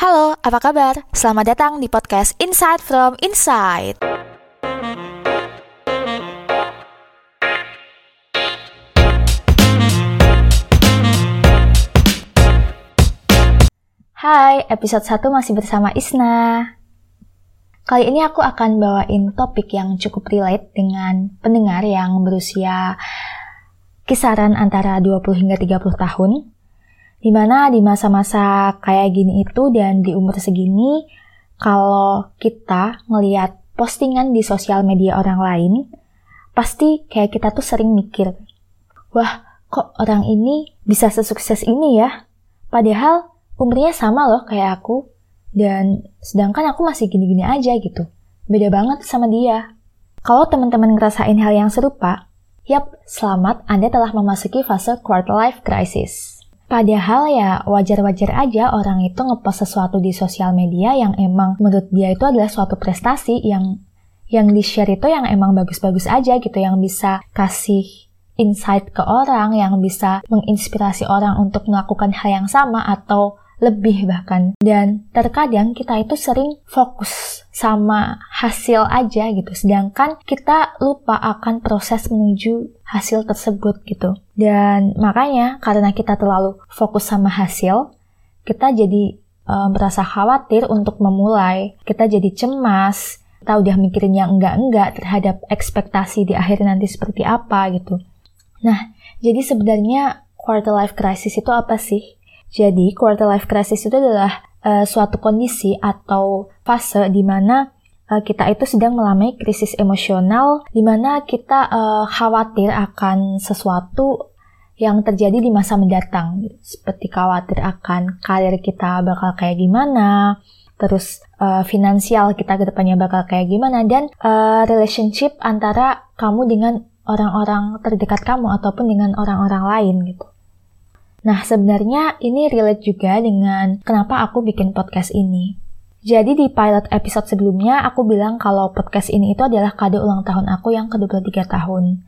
Halo, apa kabar? Selamat datang di podcast Insight from Inside. Hai, episode 1 masih bersama Isna. Kali ini aku akan bawain topik yang cukup relate dengan pendengar yang berusia kisaran antara 20 hingga 30 tahun. Dimana di masa-masa kayak gini itu dan di umur segini, kalau kita ngelihat postingan di sosial media orang lain, pasti kayak kita tuh sering mikir, wah kok orang ini bisa sesukses ini ya? Padahal umurnya sama loh kayak aku, dan sedangkan aku masih gini-gini aja gitu. Beda banget sama dia. Kalau teman-teman ngerasain hal yang serupa, yap, selamat, Anda telah memasuki fase quarter life crisis. Padahal ya wajar-wajar aja orang itu ngepost sesuatu di sosial media yang emang menurut dia itu adalah suatu prestasi yang di-share itu yang emang bagus-bagus aja gitu, yang bisa kasih insight ke orang, yang bisa menginspirasi orang untuk melakukan hal yang sama atau lebih bahkan. Dan terkadang kita itu sering fokus sama hasil aja gitu, sedangkan kita lupa akan proses menuju hasil tersebut gitu. Dan makanya karena kita terlalu fokus sama hasil, kita jadi merasa khawatir untuk memulai, kita jadi cemas, kita udah mikirin yang enggak-enggak terhadap ekspektasi di akhir nanti seperti apa gitu. Nah, jadi sebenarnya quarter life crisis itu apa sih? Jadi, quarter life crisis itu adalah suatu kondisi atau fase di mana kita itu sedang mengalami krisis emosional, di mana kita khawatir akan sesuatu yang terjadi di masa mendatang. Seperti khawatir akan karir kita bakal kayak gimana, terus finansial kita ke depannya bakal kayak gimana, dan relationship antara kamu dengan orang-orang terdekat kamu ataupun dengan orang-orang lain gitu. Nah, sebenarnya ini relate juga dengan kenapa aku bikin podcast ini. Jadi di pilot episode sebelumnya, aku bilang kalau podcast ini itu adalah kado ulang tahun aku yang ke-23 tahun.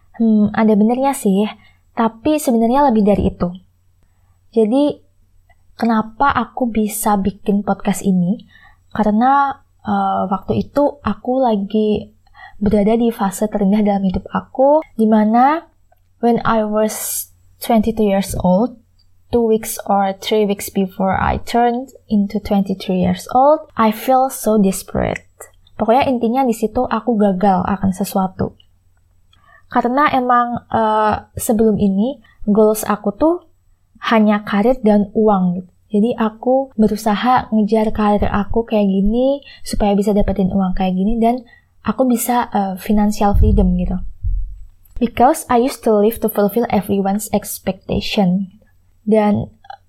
Ada benernya sih, tapi sebenarnya lebih dari itu. Jadi, kenapa aku bisa bikin podcast ini? Karena waktu itu aku lagi berada di fase terendah dalam hidup aku, di mana when I was 22 years old, 2 weeks or 3 weeks before I turned into 23 years old, I feel so desperate. Pokoknya intinya di situ aku gagal akan sesuatu. Karena emang sebelum ini goals aku tuh hanya karir dan uang gitu. Jadi aku berusaha ngejar karir aku kayak gini supaya bisa dapetin uang kayak gini dan aku bisa financial freedom gitu. Because I used to live to fulfill everyone's expectation. Dan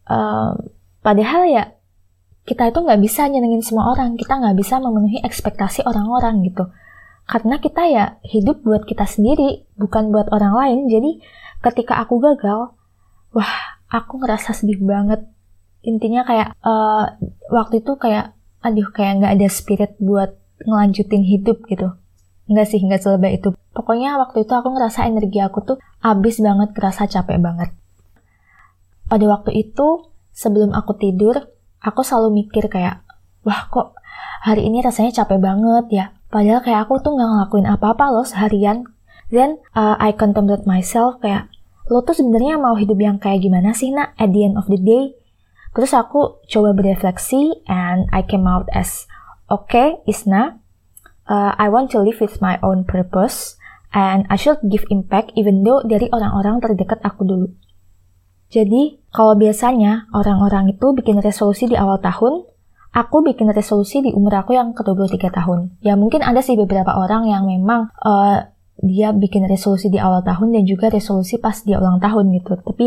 padahal ya kita itu nggak bisa nyenengin semua orang, kita nggak bisa memenuhi ekspektasi orang-orang gitu. Karena kita ya hidup buat kita sendiri, bukan buat orang lain. Jadi ketika aku gagal, wah aku ngerasa sedih banget. Intinya kayak waktu itu kayak nggak ada spirit buat ngelanjutin hidup gitu. Nggak selebay itu. Pokoknya waktu itu aku ngerasa energi aku tuh habis banget, kerasa capek banget. Pada waktu itu, sebelum aku tidur, aku selalu mikir kayak, wah kok hari ini rasanya capek banget ya. Padahal kayak aku tuh nggak ngelakuin apa-apa loh seharian. Then I contemplate myself kayak, lo tuh sebenarnya mau hidup yang kayak gimana sih nak at the end of the day? Terus aku coba berefleksi and I came out as, okay Isna, I want to live with my own purpose and I should give impact even though dari orang-orang terdekat aku dulu. Jadi, kalau biasanya orang-orang itu bikin resolusi di awal tahun, aku bikin resolusi di umur aku yang ke-23 tahun. Ya mungkin ada sih beberapa orang yang memang dia bikin resolusi di awal tahun dan juga resolusi pas dia ulang tahun gitu. Tapi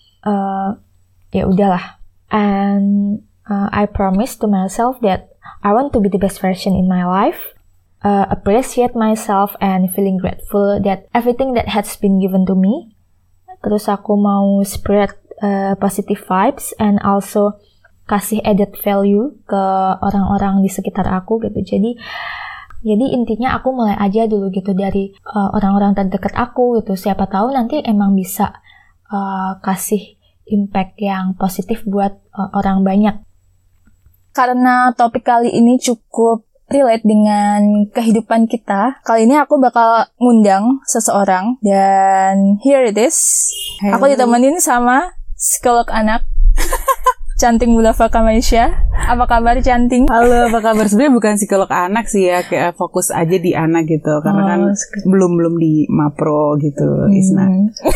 ya udahlah. And I promise to myself that I want to be the best version in my life. Appreciate myself and feeling grateful that everything that has been given to me. Terus aku mau spread positive vibes and also kasih added value ke orang-orang di sekitar aku gitu. Jadi intinya aku mulai aja dulu gitu dari orang-orang terdekat aku gitu. Siapa tahu nanti emang bisa kasih impact yang positif buat orang banyak. Karena topik kali ini cukup relate dengan kehidupan kita, kali ini aku bakal ngundang seseorang dan here it is. Hello. Aku ditemenin sama psikolog anak Canting Mulafa Kamaisya. Apa kabar Canting? Halo, apa kabar? Sebenarnya bukan psikolog anak sih ya, kayak fokus aja di anak gitu. Karena kan belum di Mapro gitu, Isna.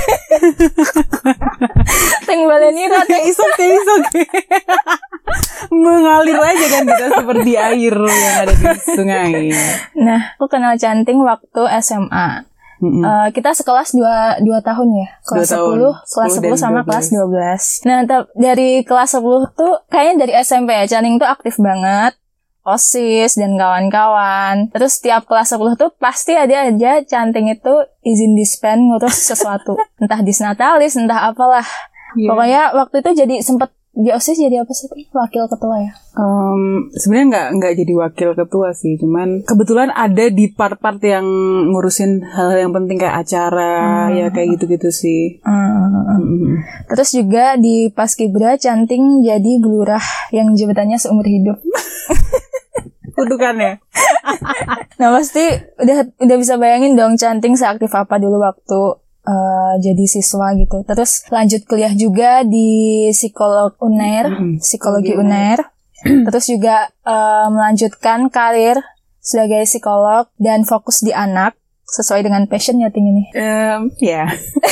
Teng baleni rata Oke. Mengalir aja kan kita seperti air yang ada di sungai. Nah, aku kenal Canting waktu SMA. Kita sekelas 2 tahun ya. Kelas 10 sama 12. kelas 12. Nah, dari kelas 10 tuh kayaknya dari SMP ya, Canting tuh aktif banget. OSIS dan kawan-kawan. Terus tiap kelas 10 tuh pasti ada aja Canting itu izin dispen ngurus sesuatu. Entah disnatalis, entah apalah. Yeah. Pokoknya waktu itu jadi sempet di OSIS jadi apa sih? Wakil ketua ya? Sebenarnya nggak jadi wakil ketua sih, cuman kebetulan ada di part-part yang ngurusin hal yang penting kayak acara, ya kayak gitu-gitu sih. Terus juga di Paskibra Canting jadi bulurah yang jabatannya seumur hidup. Kutukannya. Nah pasti udah bisa bayangin dong Canting seaktif apa dulu waktu jadi siswa gitu. Terus lanjut kuliah juga di psikologi UNER. Terus juga melanjutkan karir sebagai psikolog dan fokus di anak sesuai dengan passion ya Ting ini. Ya.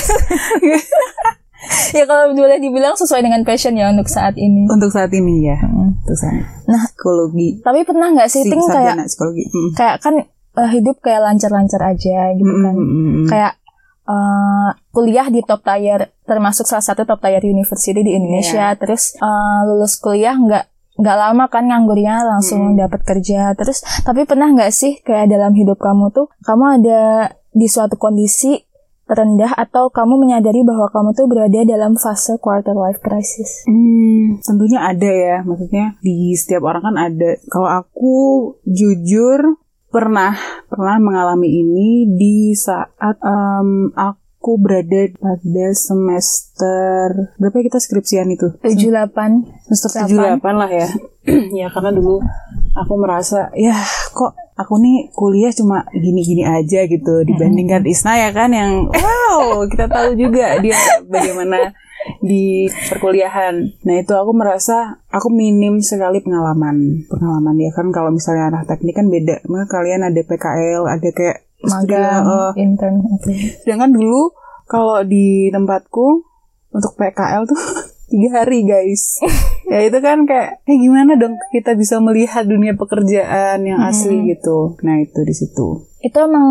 Ya kalau boleh dibilang sesuai dengan passion ya untuk saat ini. Untuk saat ini ya. Untuk saat. Nah, psikologi. Tapi pernah nggak sih Ting kayak psikologi. Kayak kan hidup kayak lancar-lancar aja gitu kan. Kayak kuliah di top tier, termasuk salah satu top tier university di Indonesia. Terus lulus kuliah nggak lama kan nganggurnya langsung dapat kerja. Terus tapi pernah nggak sih kayak dalam hidup kamu tuh kamu ada di suatu kondisi terendah atau kamu menyadari bahwa kamu tuh berada dalam fase quarter life crisis? Tentunya ada ya, maksudnya di setiap orang kan ada. Kalau aku jujur pernah mengalami ini di saat aku berada pada semester berapa kita skripsian itu? 78. Semester 78 lah ya. Ya karena dulu aku merasa ya kok aku nih kuliah cuma gini-gini aja gitu dibandingkan Isna ya kan yang wow kita tahu juga dia bagaimana di perkuliahan. Nah itu aku merasa aku minim sekali pengalaman ya kan. Kalau misalnya anak teknik kan beda, maka kalian ada PKL, ada kayak magang, intern. Sedangkan dulu kalau di tempatku untuk PKL tuh 3 hari guys. Ya itu kan kayak gimana dong kita bisa melihat dunia pekerjaan yang asli gitu. Nah itu di situ. Itu emang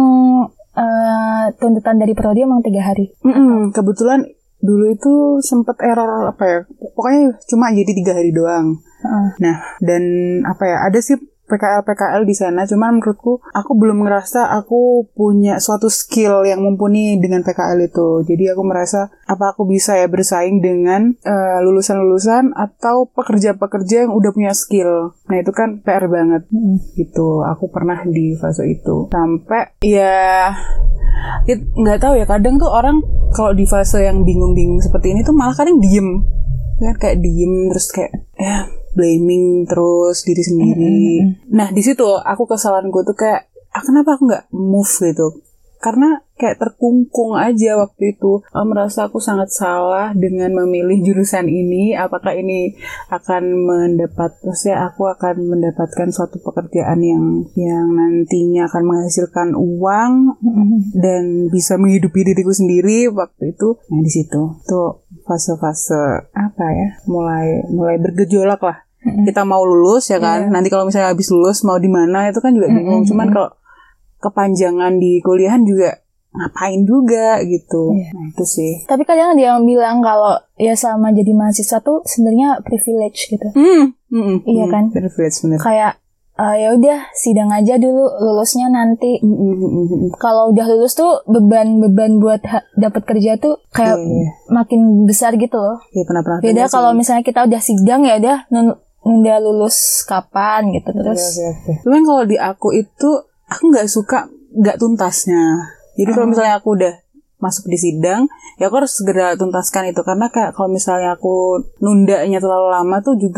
tuntutan dari prodi emang 3 hari. Kebetulan dulu itu sempat error apa ya, pokoknya cuma jadi 3 hari doang. Nah dan apa ya, ada sih PKL di sana, cuman menurutku aku belum ngerasa aku punya suatu skill yang mumpuni dengan PKL itu. Jadi aku merasa apa aku bisa ya bersaing dengan lulusan-lulusan atau pekerja-pekerja yang udah punya skill. Nah itu kan PR banget gitu. Aku pernah di fase itu sampai ya nggak tahu ya, kadang tuh orang kalau di fase yang bingung-bingung seperti ini tuh malah kadang diem kan, kayak diem terus kayak ya blaming terus diri sendiri. Nah di situ aku kesalahanku tuh kayak kenapa aku nggak move gitu, karena kayak terkungkung aja waktu itu. Merasa aku sangat salah dengan memilih jurusan ini. Apakah ini akan maksudnya aku akan mendapatkan suatu pekerjaan yang nantinya akan menghasilkan uang dan bisa menghidupi diriku sendiri waktu itu. Nah di situ tuh fase-fase apa ya, mulai bergejolak lah. Kita mau lulus ya kan, nanti kalau misalnya habis lulus mau di mana itu kan juga bingung. Cuman kalau kepanjangan di kuliahan juga ngapain juga gitu. Nah itu sih. Tapi kadang dia bilang kalau ya selama jadi mahasiswa tuh sebenarnya privilege gitu. Iya kan? Privilege bener. Kayak ya udah sidang aja dulu, lulusnya nanti. Kalau udah lulus tuh beban buat dapat kerja tuh kayak makin besar gitu loh. Iya, pernah. Beda kalau misalnya kita udah sidang ya udah nunda lulus kapan gitu terus. Cuman kalau di aku itu aku nggak suka nggak tuntasnya. Jadi kalau misalnya aku udah masuk di sidang, ya aku harus segera tuntaskan itu. Karena kayak kalau misalnya aku nundanya terlalu lama tuh juga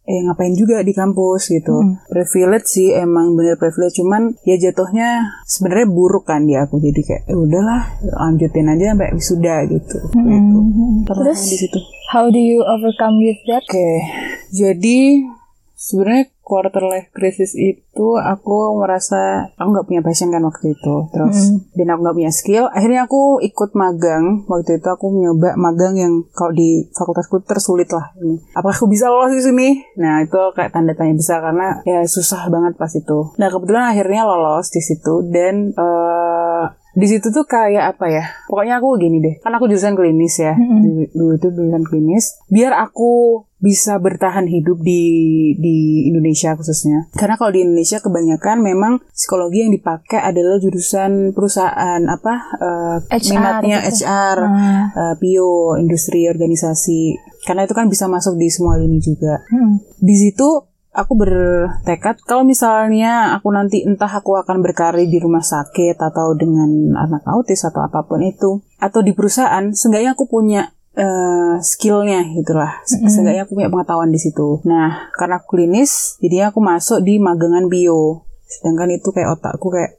ngapain juga di kampus gitu. Privilege sih, emang bener privilege, cuman ya jatuhnya sebenarnya buruk kan di aku, jadi kayak udahlah lanjutin aja sampai wisuda gitu. Terus di situ. How do you overcome with that? Oke, jadi sebenarnya quarter life crisis itu aku merasa aku nggak punya passion kan waktu itu, terus dan aku nggak punya skill. Akhirnya aku ikut magang. Waktu itu aku nyoba magang yang kalau di fakultasku tersulit lah. Apakah aku bisa lolos di sini? Nah itu kayak tanda tanya besar karena ya susah banget pas itu. Nah kebetulan akhirnya lolos di situ dan di situ tuh kayak apa ya? Pokoknya aku gini deh. Kan aku jurusan klinis ya. Dulu itu jurusan klinis. Biar aku bisa bertahan hidup di Indonesia khususnya. Karena kalau di Indonesia kebanyakan memang psikologi yang dipakai adalah jurusan perusahaan minatnya gitu. HR, PIO, industri organisasi. Karena itu kan bisa masuk di semua lini juga. Di situ aku bertekad kalau misalnya aku nanti entah aku akan berkarir di rumah sakit atau dengan anak autis atau apapun itu, atau di perusahaan, seenggaknya aku punya skillnya gitulah. Seenggaknya aku punya pengetahuan di situ. Nah, karena aku klinis, jadinya aku masuk di magangan bio. Sedangkan itu kayak otakku kayak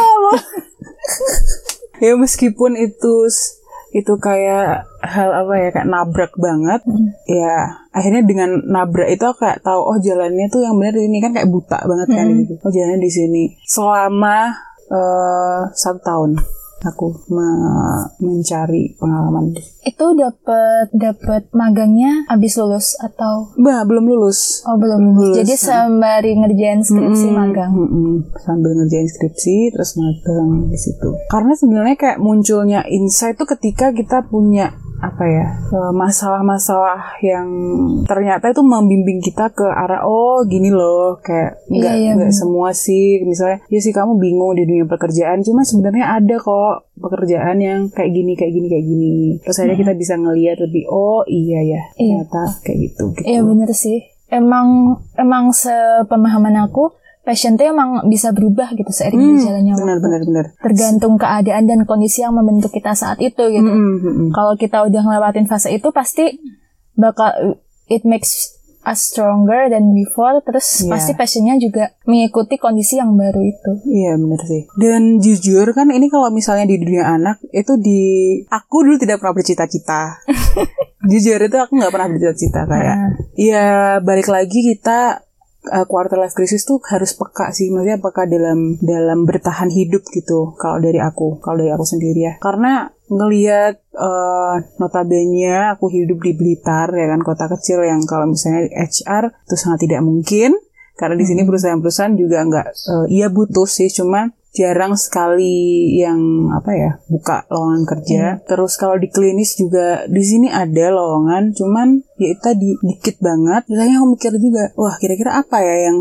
ya meskipun itu kayak hal apa ya, kayak nabrak banget. Ya akhirnya dengan nabrak itu aku kayak tahu jalannya tuh yang benar ini kan kayak buta banget kan gitu. Jalannya di sini selama 1 tahun aku mencari pengalaman. Itu dapat magangnya habis lulus atau? Belum lulus. Oh, belum lulus. Jadi sembari ngerjain skripsi magang. Sambil ngerjain skripsi terus magang di situ. Karena sebenarnya kayak munculnya insight tuh ketika kita punya masalah-masalah yang ternyata itu membimbing kita ke arah gini loh, kayak nggak semua sih, misalnya ya sih kamu bingung di dunia pekerjaan, cuma sebenarnya ada kok pekerjaan yang kayak gini terus akhirnya kita bisa ngelihat lebih iya ya ternyata kayak gitu. Iya bener sih, emang sepemahaman aku passion itu emang bisa berubah gitu seiring berjalannya waktu. Benar. Tergantung keadaan dan kondisi yang membentuk kita saat itu gitu. Kalau kita udah ngelewatin fase itu pasti bakal it makes us stronger than before. Terus pasti passionnya juga mengikuti kondisi yang baru itu. Iya benar sih. Dan jujur kan ini kalau misalnya di dunia anak itu aku dulu tidak pernah bercita-cita. Jujur itu aku nggak pernah bercita-cita kayak. Ya balik lagi kita quarter life crisis tuh harus peka sih, maksudnya peka dalam bertahan hidup gitu. Kalau dari aku sendiri ya, karena ngelihat notabene aku hidup di Blitar ya kan, kota kecil yang kalau misalnya HR itu sangat tidak mungkin, karena di sini perusahaan-perusahaan juga nggak butuh sih, cuman jarang sekali yang buka lowongan kerja. Terus kalau di klinis juga di sini ada lowongan, cuman ya itu dikit banget. Misalnya aku mikir juga, wah kira-kira apa ya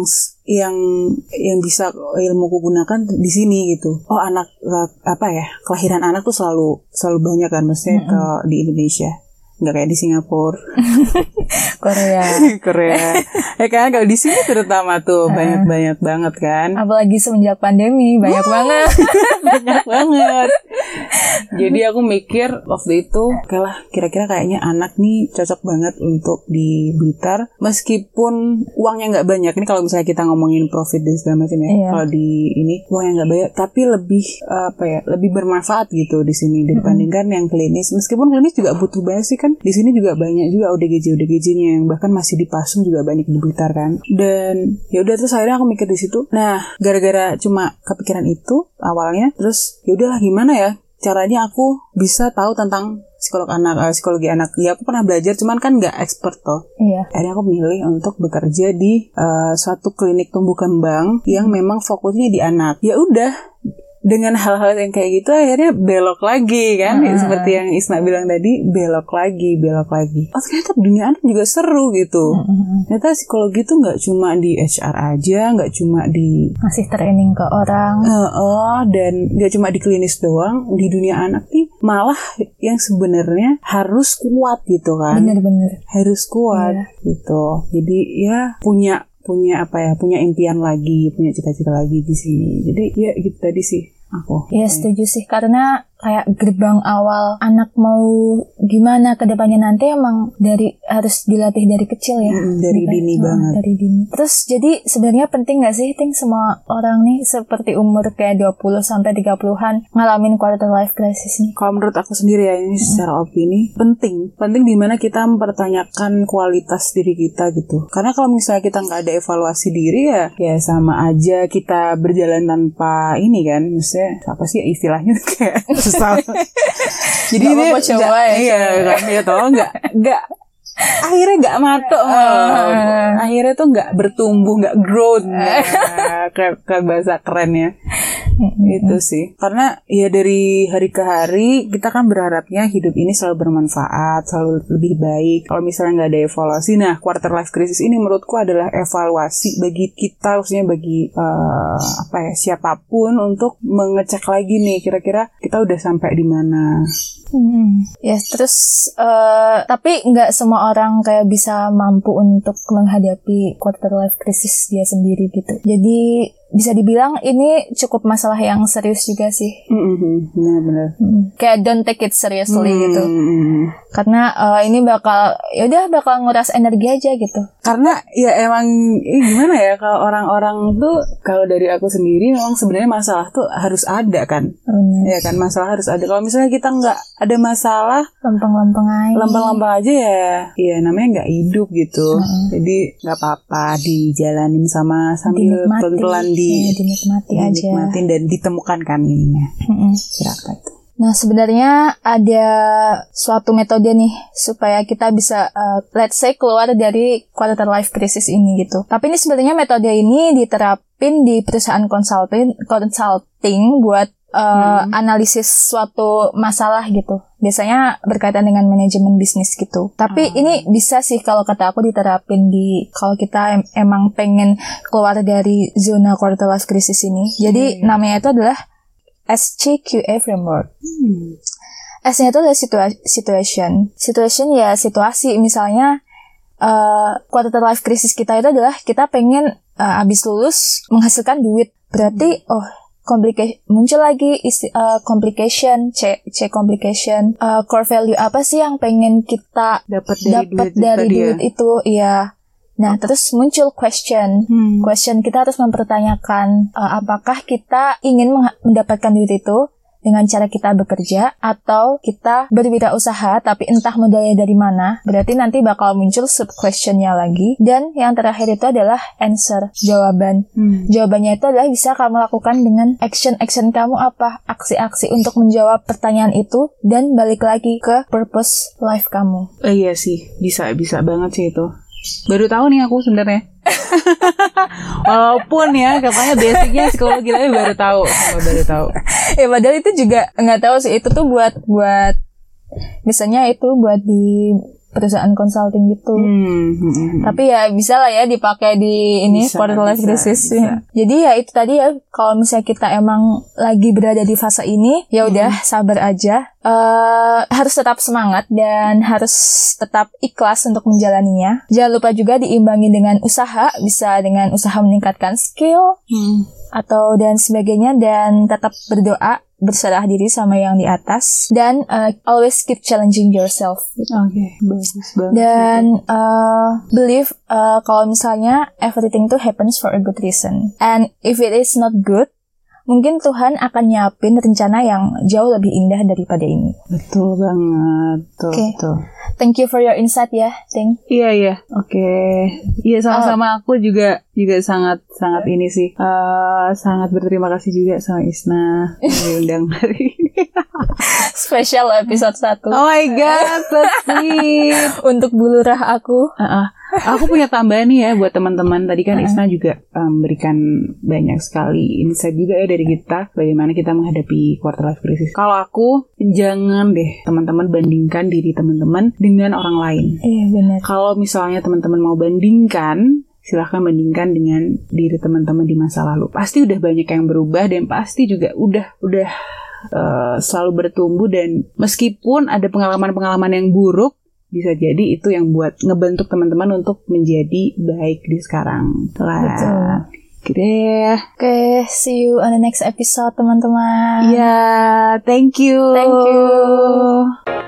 yang bisa ilmuku gunakan di sini gitu. Kelahiran anak tuh selalu banyak kan, maksudnya di Indonesia. Nggak kayak di Singapura. Korea. Ya kan, kalau di sini terutama tuh banyak banget kan. Apalagi semenjak pandemi banyak banget. Banyak banget. Jadi aku mikir waktu itu, oke lah, kira-kira kayaknya anak nih cocok banget untuk di Blitar. Meskipun uangnya nggak banyak. Ini kalau misalnya kita ngomongin profit dan segala macam ya. Kalau di ini uangnya nggak banyak, tapi lebih lebih bermanfaat gitu di sini dibandingkan yang klinis. Meskipun klinis juga butuh banget sih kan. Di sini juga banyak juga ODGJ-nya yang bahkan masih dipasung juga banyak di Blitar kan. Dan ya udah, terus akhirnya aku mikir di situ. Nah, gara-gara cuma kepikiran itu awalnya, terus ya udahlah gimana ya caranya aku bisa tahu tentang psikologi anak. Ya aku pernah belajar, cuman kan nggak expert toh. Iya. Akhirnya aku milih untuk bekerja di suatu klinik tumbuh kembang yang memang fokusnya di anak. Ya udah, dengan hal-hal yang kayak gitu akhirnya belok lagi kan, seperti yang Isna bilang tadi, belok lagi. Ternyata dunia anak juga seru gitu. Ternyata psikologi tuh nggak cuma di HR aja, nggak cuma di ngasih training ke orang, dan nggak cuma di klinis doang. Di dunia anak nih malah yang sebenarnya harus kuat gitu kan. Bener-bener harus kuat gitu. Jadi ya punya impian lagi, punya cita-cita lagi di sini. Jadi ya gitu tadi sih aku. Iya setuju sih, karena kayak gerbang awal anak mau gimana ke depannya nanti emang harus dilatih dari kecil ya. Dari dini banget. Dari dini. Terus jadi sebenarnya penting gak sih semua orang nih seperti umur kayak 20 sampai 30-an ngalamin quarter life crisis nih? Kalau menurut aku sendiri ya, ini secara opini penting dimana kita mempertanyakan kualitas diri kita gitu. Karena kalau misalnya kita nggak ada evaluasi diri ya sama aja kita berjalan tanpa ini kan, maksudnya apa sih istilahnya kayak susah. Jadi ini nggak tau nggak akhirnya nggak matok, akhirnya tuh nggak bertumbuh, nggak growth, kayak bahasa kerennya. Itu sih, karena ya dari hari ke hari kita kan berharapnya hidup ini selalu bermanfaat, selalu lebih baik. Kalau misalnya nggak ada evaluasi, nah quarter life crisis ini menurutku adalah evaluasi bagi kita, khususnya bagi siapapun untuk mengecek lagi nih kira-kira kita udah sampai di mana. Terus tapi nggak semua orang kayak bisa mampu untuk menghadapi quarter life crisis dia sendiri gitu. Jadi bisa dibilang ini cukup masalah yang serius juga sih. Benar-benar. Kayak don't take it seriously gitu. Karena ini bakal nguras energi aja gitu. Karena ya emang gimana ya, kalau orang-orang tuh, kalau dari aku sendiri memang sebenarnya masalah tuh harus ada kan. Ya kan, masalah harus ada. Kalau misalnya kita nggak ada masalah, lempeng-lempeng aja ya namanya nggak hidup gitu. Jadi nggak apa-apa dijalanin sambil pelan-pelan dinikmatin dan ditemukan kan ininya. Kira-kira itu. Nah, sebenarnya ada suatu metode nih supaya kita bisa let's say keluar dari quarter life crisis ini gitu. Tapi ini sebenarnya metode ini diterapin di perusahaan consulting buat analisis suatu masalah gitu. Biasanya berkaitan dengan manajemen bisnis gitu. Tapi ini bisa sih kalau kata aku diterapin kalau kita emang pengen keluar dari zona quarter life crisis ini. Jadi namanya itu adalah SCQA framework. S-nya itu adalah situation. Situation ya situasi. Misalnya quarter life crisis kita itu adalah kita pengen abis lulus menghasilkan duit. Berarti muncul lagi complication, complication, core value apa sih yang pengen kita dapat dari duit itu, iya. Nah, terus muncul question. Question, kita harus mempertanyakan apakah kita ingin mendapatkan duit itu dengan cara kita bekerja atau kita berwirausaha tapi entah modalnya dari mana. Berarti nanti bakal muncul sub questionnya lagi. Dan yang terakhir itu adalah answer, jawaban. Jawabannya itu adalah bisa kamu lakukan dengan action kamu apa, aksi-aksi untuk menjawab pertanyaan itu dan balik lagi ke purpose life kamu. Iya sih, bisa banget sih itu. Baru tahu nih aku sebenarnya. Walaupun ya katanya basicnya psikologi, tapi baru tahu. Ya padahal itu juga nggak tahu sih, itu tuh buat misalnya itu buat di perusahaan consulting gitu. Tapi ya bisa lah ya dipakai di ini quarter life crisis. Jadi ya itu tadi ya, kalau misalnya kita emang lagi berada di fase ini, ya udah sabar aja. Harus tetap semangat dan harus tetap ikhlas untuk menjalaninya. Jangan lupa juga diimbangi dengan usaha, bisa dengan usaha meningkatkan skill atau dan sebagainya, dan tetap berdoa, berserah diri sama yang di atas, dan always keep challenging yourself. Oke, bagus banget. Dan believe kalau misalnya everything tuh happens for a good reason, and if it is not good, mungkin Tuhan akan nyiapin rencana yang jauh lebih indah daripada ini. Betul banget. Betul. Thank you for your insight ya, Ting. Iya. Oke. Iya, sama-sama. Aku juga sangat ini sih. Sangat berterima kasih juga sama Isna diundang hari ini. Spesial episode 1. Oh my god, so sweet. Untuk bulurah aku. Aku punya tambahan nih ya buat teman-teman. Tadi kan Isna juga memberikan banyak sekali insight juga ya dari kita bagaimana kita menghadapi quarter life crisis. Kalau aku, jangan deh teman-teman bandingkan diri teman-teman dengan orang lain. Iya, benar. Kalau misalnya teman-teman mau bandingkan, silahkan bandingkan dengan diri teman-teman di masa lalu. Pasti udah banyak yang berubah dan pasti juga udah selalu bertumbuh, dan meskipun ada pengalaman-pengalaman yang buruk, bisa jadi itu yang buat ngebentuk teman-teman untuk menjadi baik di sekarang. Betul. Gitu ya. Oke, see you on the next episode teman-teman. Ya, thank you. Thank you.